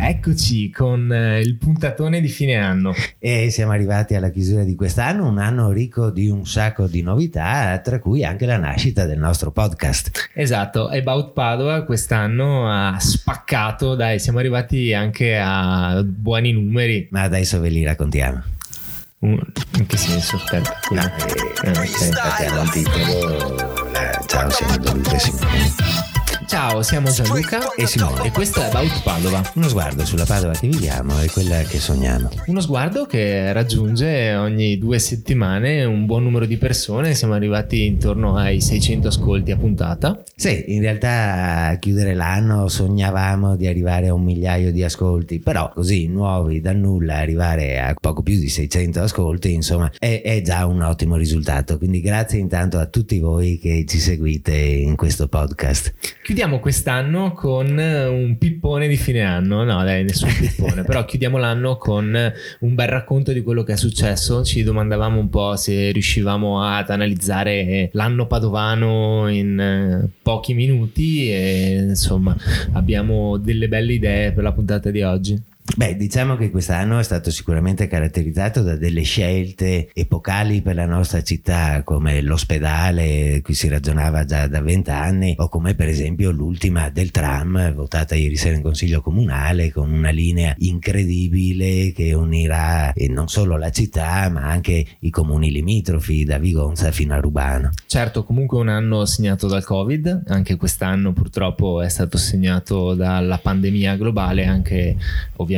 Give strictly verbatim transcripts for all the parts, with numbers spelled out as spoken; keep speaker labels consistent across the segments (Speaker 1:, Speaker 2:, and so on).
Speaker 1: eccoci con eh, il puntatone di fine anno.
Speaker 2: E siamo arrivati alla chiusura di quest'anno, un anno ricco di un sacco di novità, tra cui anche la nascita del nostro podcast.
Speaker 1: Esatto, About Padova quest'anno ha spaccato, dai, siamo arrivati anche a buoni numeri.
Speaker 2: Ma adesso ve li raccontiamo.
Speaker 1: Uh, in che senso? Aspetta,
Speaker 2: No, eh,
Speaker 1: eh,
Speaker 2: aspettiamo il titolo. Eh, ciao, siamo Gianluca e Simone.
Speaker 1: Ciao, siamo Gianluca
Speaker 2: e Simone
Speaker 1: e questo è About Padova.
Speaker 2: Uno sguardo sulla Padova che viviamo e quella che sogniamo.
Speaker 1: Uno sguardo che raggiunge ogni due settimane un buon numero di persone. Siamo arrivati intorno ai seicento ascolti a puntata.
Speaker 2: Sì, in realtà a chiudere l'anno sognavamo di arrivare a un migliaio di ascolti, però così nuovi dal nulla arrivare a poco più di seicento ascolti, insomma, è, è già un ottimo risultato. Quindi grazie intanto a tutti voi che ci seguite in questo podcast.
Speaker 1: Chiudiamo quest'anno con un pippone di fine anno, no dai, nessun pippone, però chiudiamo l'anno con un bel racconto di quello che è successo. Ci domandavamo un po' se riuscivamo ad analizzare l'anno padovano in pochi minuti e insomma abbiamo delle belle idee per la puntata di oggi.
Speaker 2: Beh, diciamo che quest'anno è stato sicuramente caratterizzato da delle scelte epocali per la nostra città, come l'ospedale, qui si ragionava già da vent'anni, o come per esempio l'ultima del tram, votata ieri sera in consiglio comunale, con una linea incredibile che unirà eh, non solo la città, ma anche i comuni limitrofi, da Vigonza fino a Rubano.
Speaker 1: Certo, comunque un anno segnato dal Covid, anche quest'anno purtroppo è stato segnato dalla pandemia globale, anche ovviamente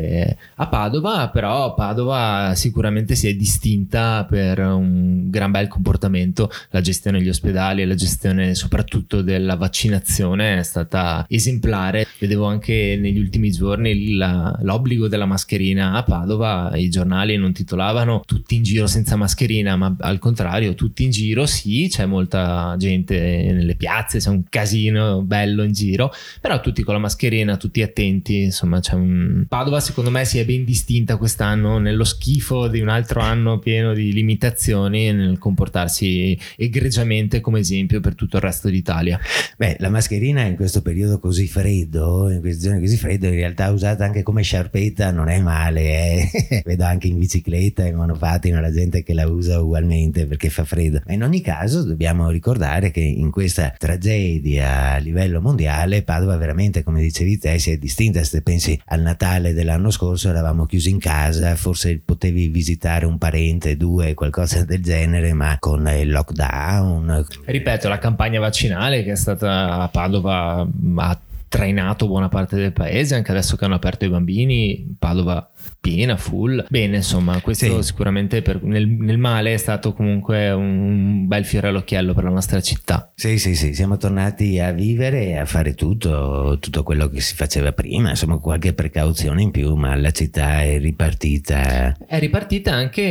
Speaker 1: a Padova, però Padova sicuramente si è distinta per un gran bel comportamento. La gestione degli ospedali e la gestione soprattutto della vaccinazione è stata esemplare. Vedevo anche negli ultimi giorni la, l'obbligo della mascherina a Padova. I giornali non titolavano tutti in giro senza mascherina, ma al contrario, tutti in giro sì, c'è molta gente nelle piazze, c'è un casino bello in giro, però tutti con la mascherina, tutti attenti, insomma c'è un... Padova secondo me si è ben distinta quest'anno nello schifo di un altro anno pieno di limitazioni e nel comportarsi egregiamente come esempio per tutto il resto d'Italia.
Speaker 2: Beh, la mascherina in questo periodo così freddo, in queste zone così freddo, in realtà usata anche come sciarpetta non è male, eh? Vedo anche in bicicletta e monopattino la gente che la usa ugualmente perché fa freddo. Ma in ogni caso dobbiamo ricordare che in questa tragedia a livello mondiale Padova veramente, come dicevi te, si è distinta. Se pensi al Natale dell'anno scorso eravamo chiusi in casa, forse potevi visitare un parente, due, qualcosa del genere, ma con il lockdown.
Speaker 1: Ripeto, la campagna vaccinale che è stata a Padova ha trainato buona parte del paese, anche adesso che hanno aperto i bambini, Padova piena, full. Bene, insomma, questo sì. Sicuramente per, nel, nel male è stato comunque un bel fiore all'occhiello per la nostra città.
Speaker 2: Sì, sì, sì, siamo tornati a vivere e a fare tutto, tutto quello che si faceva prima, insomma qualche precauzione in più, ma la città è ripartita.
Speaker 1: È ripartita anche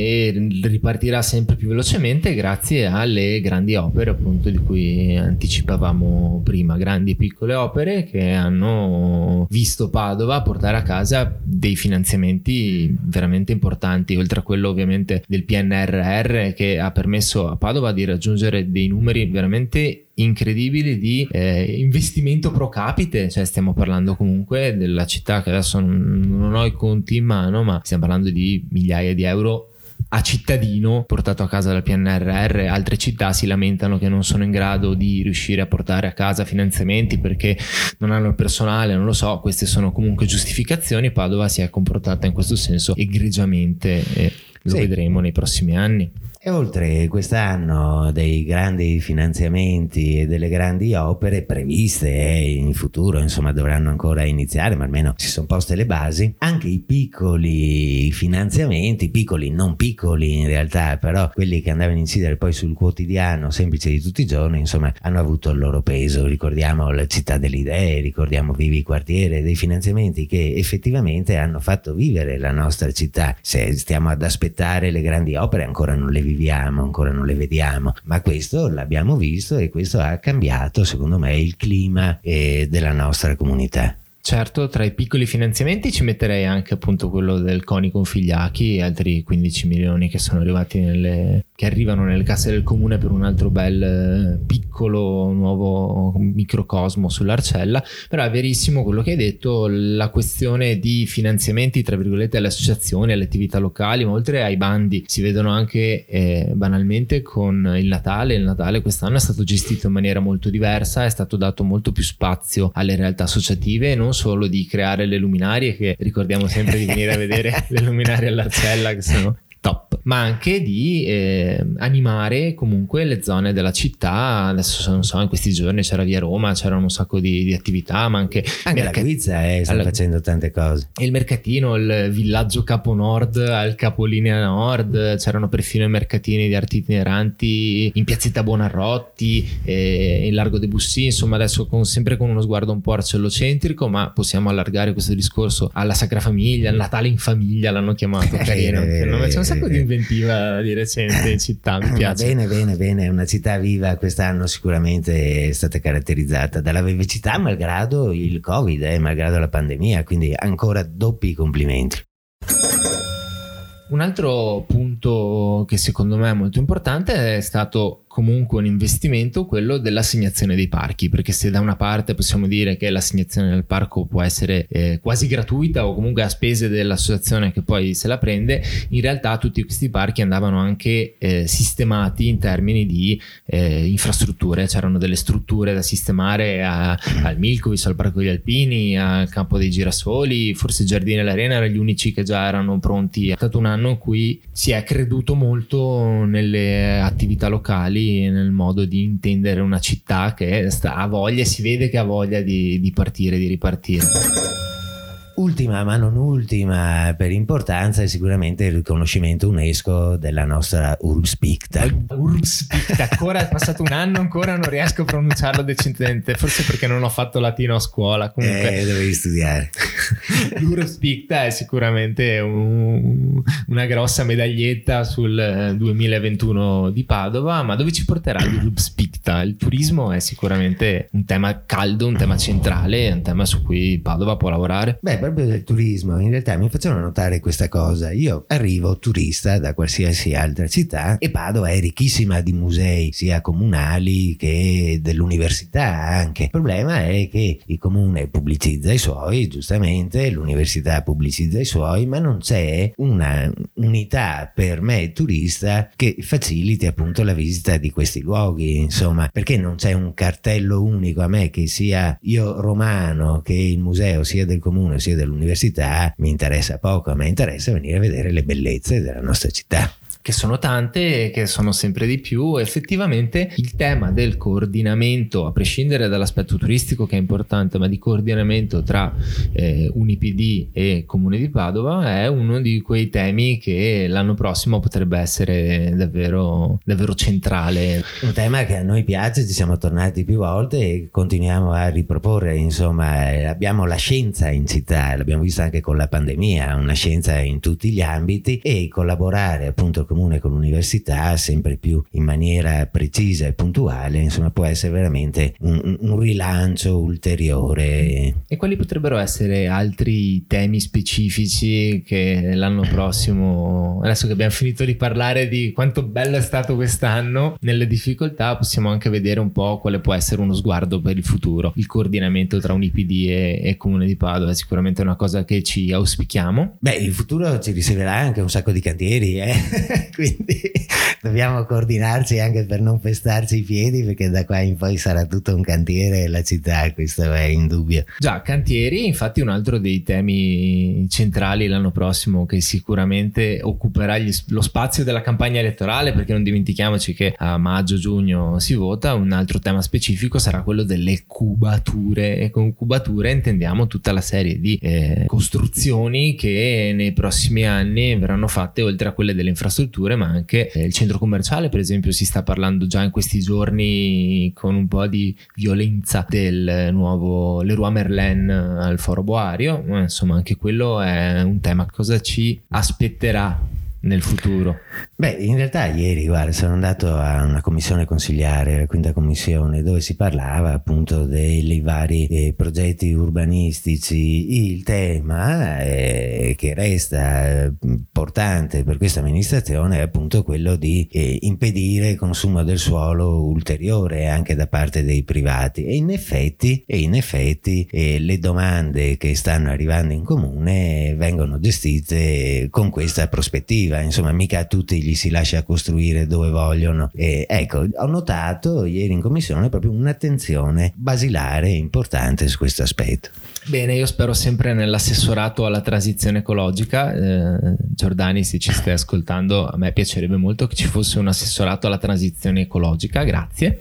Speaker 1: e ripartirà sempre più velocemente grazie alle grandi opere appunto di cui anticipavamo prima, grandi e piccole opere che hanno visto Padova portare a casa dei finanziamenti veramente importanti, oltre a quello ovviamente del P N R R che ha permesso a Padova di raggiungere dei numeri veramente incredibili di eh, investimento pro capite. Cioè stiamo parlando comunque della città che adesso non, non ho i conti in mano, ma stiamo parlando di migliaia di euro a cittadino portato a casa dal P N R R. Altre città si lamentano che non sono in grado di riuscire a portare a casa finanziamenti perché non hanno il personale, non lo so, queste sono comunque giustificazioni. Padova si è comportata in questo senso egregiamente e lo sì. vedremo nei prossimi anni.
Speaker 2: E oltre quest'anno dei grandi finanziamenti e delle grandi opere previste e in futuro insomma dovranno ancora iniziare, ma almeno si sono poste le basi, anche i piccoli finanziamenti, piccoli non piccoli in realtà, però quelli che andavano a incidere poi sul quotidiano semplice di tutti i giorni, insomma hanno avuto il loro peso. Ricordiamo la Città delle Idee, ricordiamo Vivi Quartiere, dei finanziamenti che effettivamente hanno fatto vivere la nostra città. Se stiamo ad aspettare le grandi opere ancora non le viviamo, ancora non le vediamo, ma questo l'abbiamo visto e questo ha cambiato secondo me il clima eh, della nostra comunità.
Speaker 1: Certo, tra i piccoli finanziamenti ci metterei anche appunto quello del CONI Configliachi e altri quindici milioni che sono arrivati nelle che arrivano nelle casse del comune per un altro bel piccolo nuovo microcosmo sull'Arcella. Però è verissimo quello che hai detto, la questione di finanziamenti tra virgolette alle associazioni, alle attività locali, ma oltre ai bandi si vedono anche eh, banalmente con il Natale. Il Natale quest'anno è stato gestito in maniera molto diversa, è stato dato molto più spazio alle realtà associative, non solo di creare le luminarie, che ricordiamo sempre di venire a vedere le luminarie all'Arcella che sono top, ma anche di eh, animare comunque le zone della città. Adesso non so, in questi giorni c'era via Roma, c'erano un sacco di, di attività, ma anche
Speaker 2: anche mercat- la Guizza eh, sta alla... facendo tante cose, il
Speaker 1: mercatino, il villaggio Capo Nord al capolinea nord, c'erano perfino i mercatini di arti itineranti in piazzetta Buonarroti e in Largo dei Bussini. Insomma, adesso con, sempre con uno sguardo un po' arcellocentrico, ma possiamo allargare questo discorso alla Sacra Famiglia, al Natale in famiglia l'hanno chiamato, carino, eh, che nome, c'è un sacco di inventiva di recente in città, mi piace.
Speaker 2: Bene, bene, bene, una città viva quest'anno sicuramente è stata caratterizzata dalla vivacità malgrado il Covid, eh, malgrado la pandemia, quindi ancora doppi complimenti.
Speaker 1: Un altro punto che secondo me è molto importante è stato comunque un investimento, quello dell'assegnazione dei parchi, perché se da una parte possiamo dire che l'assegnazione del parco può essere eh, quasi gratuita o comunque a spese dell'associazione che poi se la prende, in realtà tutti questi parchi andavano anche eh, sistemati in termini di eh, infrastrutture. C'erano delle strutture da sistemare a, al Milkovic, al Parco degli Alpini, al Campo dei Girasoli, forse i Giardini dell'Arena erano gli unici che già erano pronti. È stato un anno in cui si è creduto molto nelle attività locali, nel modo di intendere una città che sta, ha voglia, si vede che ha voglia di, di partire, di ripartire.
Speaker 2: Ultima ma non ultima per importanza è sicuramente il riconoscimento UNESCO della nostra Urbs Picta.
Speaker 1: Urbs Picta, ancora è passato un anno, ancora non riesco a pronunciarlo decentemente, forse perché non ho fatto latino a scuola. Comunque
Speaker 2: eh, dovevi studiare.
Speaker 1: L'Urbs Picta è sicuramente un, una grossa medaglietta sul duemilaventuno di Padova, ma dove ci porterà l'Urbs Picta? Il turismo è sicuramente un tema caldo, un tema centrale, un tema su cui Padova può lavorare.
Speaker 2: Beh, proprio del turismo, in realtà mi facevano notare questa cosa. Io arrivo turista da qualsiasi altra città e Padova è ricchissima di musei, sia comunali che dell'università anche. Il problema è che il comune pubblicizza i suoi, giustamente, l'università pubblicizza i suoi, ma non c'è una unità per me turista che faciliti appunto la visita di questi luoghi, insomma, perché non c'è un cartello unico. A me, che sia io romano, che il museo sia del comune sia dell'università, mi interessa poco. A me interessa venire a vedere le bellezze della nostra città,
Speaker 1: che sono tante e che sono sempre di più. Effettivamente il tema del coordinamento, a prescindere dall'aspetto turistico che è importante, ma di coordinamento tra eh, Unipd e Comune di Padova è uno di quei temi che l'anno prossimo potrebbe essere davvero, davvero centrale.
Speaker 2: Un tema che a noi piace, ci siamo tornati più volte e continuiamo a riproporre. Insomma, abbiamo la scienza in città, l'abbiamo visto anche con la pandemia, una scienza in tutti gli ambiti, e collaborare appunto comune con l'università sempre più in maniera precisa e puntuale, insomma, può essere veramente un, un rilancio ulteriore.
Speaker 1: E quali potrebbero essere altri temi specifici che l'anno prossimo, adesso che abbiamo finito di parlare di quanto bello è stato quest'anno nelle difficoltà, possiamo anche vedere un po' quale può essere uno sguardo per il futuro? Il coordinamento tra Unipd e, e Comune di Padova è sicuramente una cosa che ci auspichiamo.
Speaker 2: Beh, il futuro ci riserverà anche un sacco di cantieri, eh? Quindi dobbiamo coordinarci anche per non pestarci i piedi, perché da qua in poi sarà tutto un cantiere la città, questo è indubbio.
Speaker 1: Già, cantieri, infatti un altro dei temi centrali l'anno prossimo che sicuramente occuperà gli, lo spazio della campagna elettorale, perché non dimentichiamoci che a maggio-giugno si vota. Un altro tema specifico sarà quello delle cubature, e con cubature intendiamo tutta la serie di eh, costruzioni che nei prossimi anni verranno fatte, oltre a quelle delle infrastrutture, ma anche il centro commerciale, per esempio. Si sta parlando già in questi giorni con un po' di violenza del nuovo Leroy Merlin al Foro Boario, insomma anche quello è un tema. Cosa ci aspetterà nel futuro?
Speaker 2: Beh, in realtà ieri, guarda, sono andato a una commissione consigliare, la quinta commissione, dove si parlava appunto dei vari eh, progetti urbanistici. Il tema eh, che resta importante per questa amministrazione è appunto quello di eh, impedire il consumo del suolo ulteriore anche da parte dei privati, e in effetti, e in effetti eh, le domande che stanno arrivando in comune vengono gestite con questa prospettiva. Insomma, mica a tutti gli si lascia costruire dove vogliono. E ecco, ho notato ieri in commissione proprio un'attenzione basilare importante su questo aspetto.
Speaker 1: Bene, io spero sempre nell'assessorato alla transizione ecologica. eh, Giordani, se ci stai ascoltando, a me piacerebbe molto che ci fosse un assessorato alla transizione ecologica, grazie.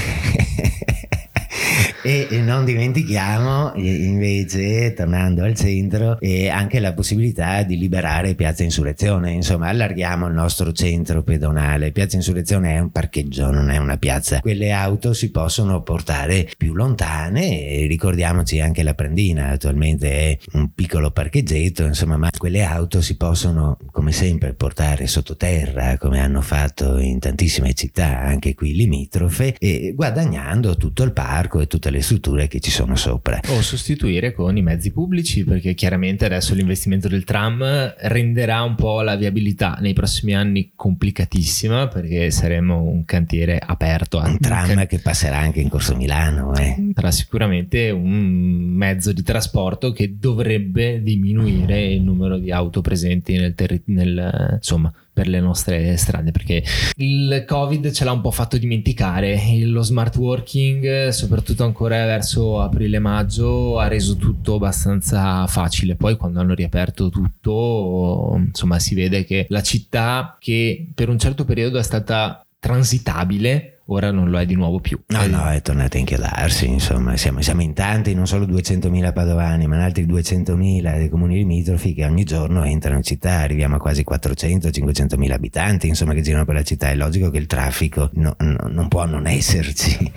Speaker 2: E non dimentichiamo invece, tornando al centro, eh, anche la possibilità di liberare Piazza Insurrezione. Insomma, allarghiamo il nostro centro pedonale. Piazza Insurrezione è un parcheggio, non è una piazza. Quelle auto si possono portare più lontane, e ricordiamoci anche la Prendina attualmente è un piccolo parcheggetto, insomma, ma quelle auto si possono come sempre portare sottoterra, come hanno fatto in tantissime città anche qui limitrofe, e guadagnando tutto il parco e tutte le strutture che ci sono sopra.
Speaker 1: O sostituire con i mezzi pubblici, perché chiaramente adesso l'investimento del tram renderà un po' la viabilità nei prossimi anni complicatissima, perché saremo un cantiere aperto.
Speaker 2: Un tram can... che passerà anche in Corso Milano. Eh.
Speaker 1: Sarà sicuramente un mezzo di trasporto che dovrebbe diminuire il numero di auto presenti nel territorio, nel, insomma, per le nostre strade, perché il Covid ce l'ha un po' fatto dimenticare. Lo smart working, soprattutto ancora verso aprile-maggio, ha reso tutto abbastanza facile. Poi quando hanno riaperto tutto, insomma, si vede che la città, che per un certo periodo è stata transitabile, ora non lo è di nuovo più.
Speaker 2: No, no, è tornata a inchiodarsi, insomma, siamo, siamo in tanti, non solo duecentomila padovani, ma in altri duecentomila dei comuni limitrofi che ogni giorno entrano in città. Arriviamo a quasi quattrocento cinquecentomila abitanti, insomma, che girano per la città. È logico che il traffico no, no, non può non esserci.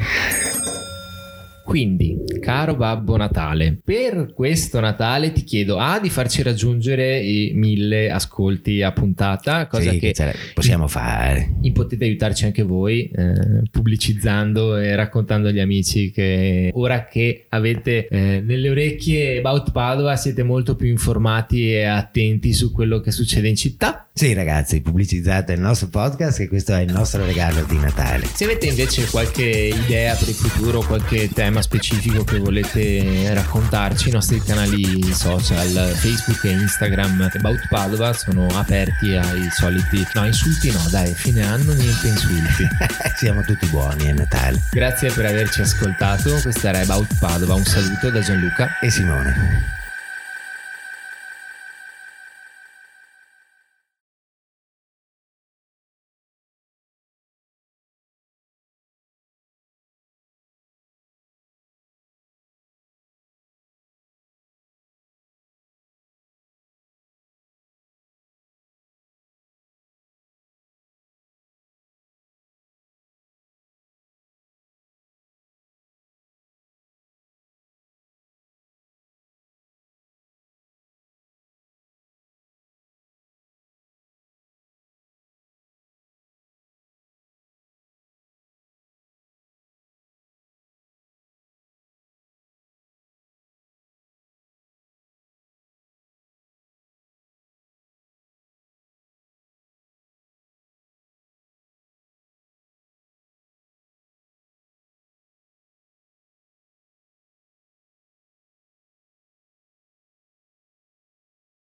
Speaker 1: Quindi, caro Babbo Natale, per questo Natale ti chiedo A, di farci raggiungere i mille ascolti a puntata, cosa
Speaker 2: sì,
Speaker 1: che,
Speaker 2: che possiamo fare.
Speaker 1: E potete aiutarci anche voi eh, pubblicizzando e raccontando agli amici che ora che avete eh, nelle orecchie About Padova siete molto più informati e attenti su quello che succede in città.
Speaker 2: Sì, ragazzi, pubblicizzate il nostro podcast, che questo è il nostro regalo di Natale.
Speaker 1: Se avete invece qualche idea per il futuro, qualche tema specifico che volete raccontarci, i nostri canali social Facebook e Instagram About Padova sono aperti ai soliti no insulti no dai fine anno niente insulti.
Speaker 2: Siamo tutti buoni, è Natale.
Speaker 1: Grazie per averci ascoltato, questa era About Padova, un saluto da Gianluca
Speaker 2: e Simone.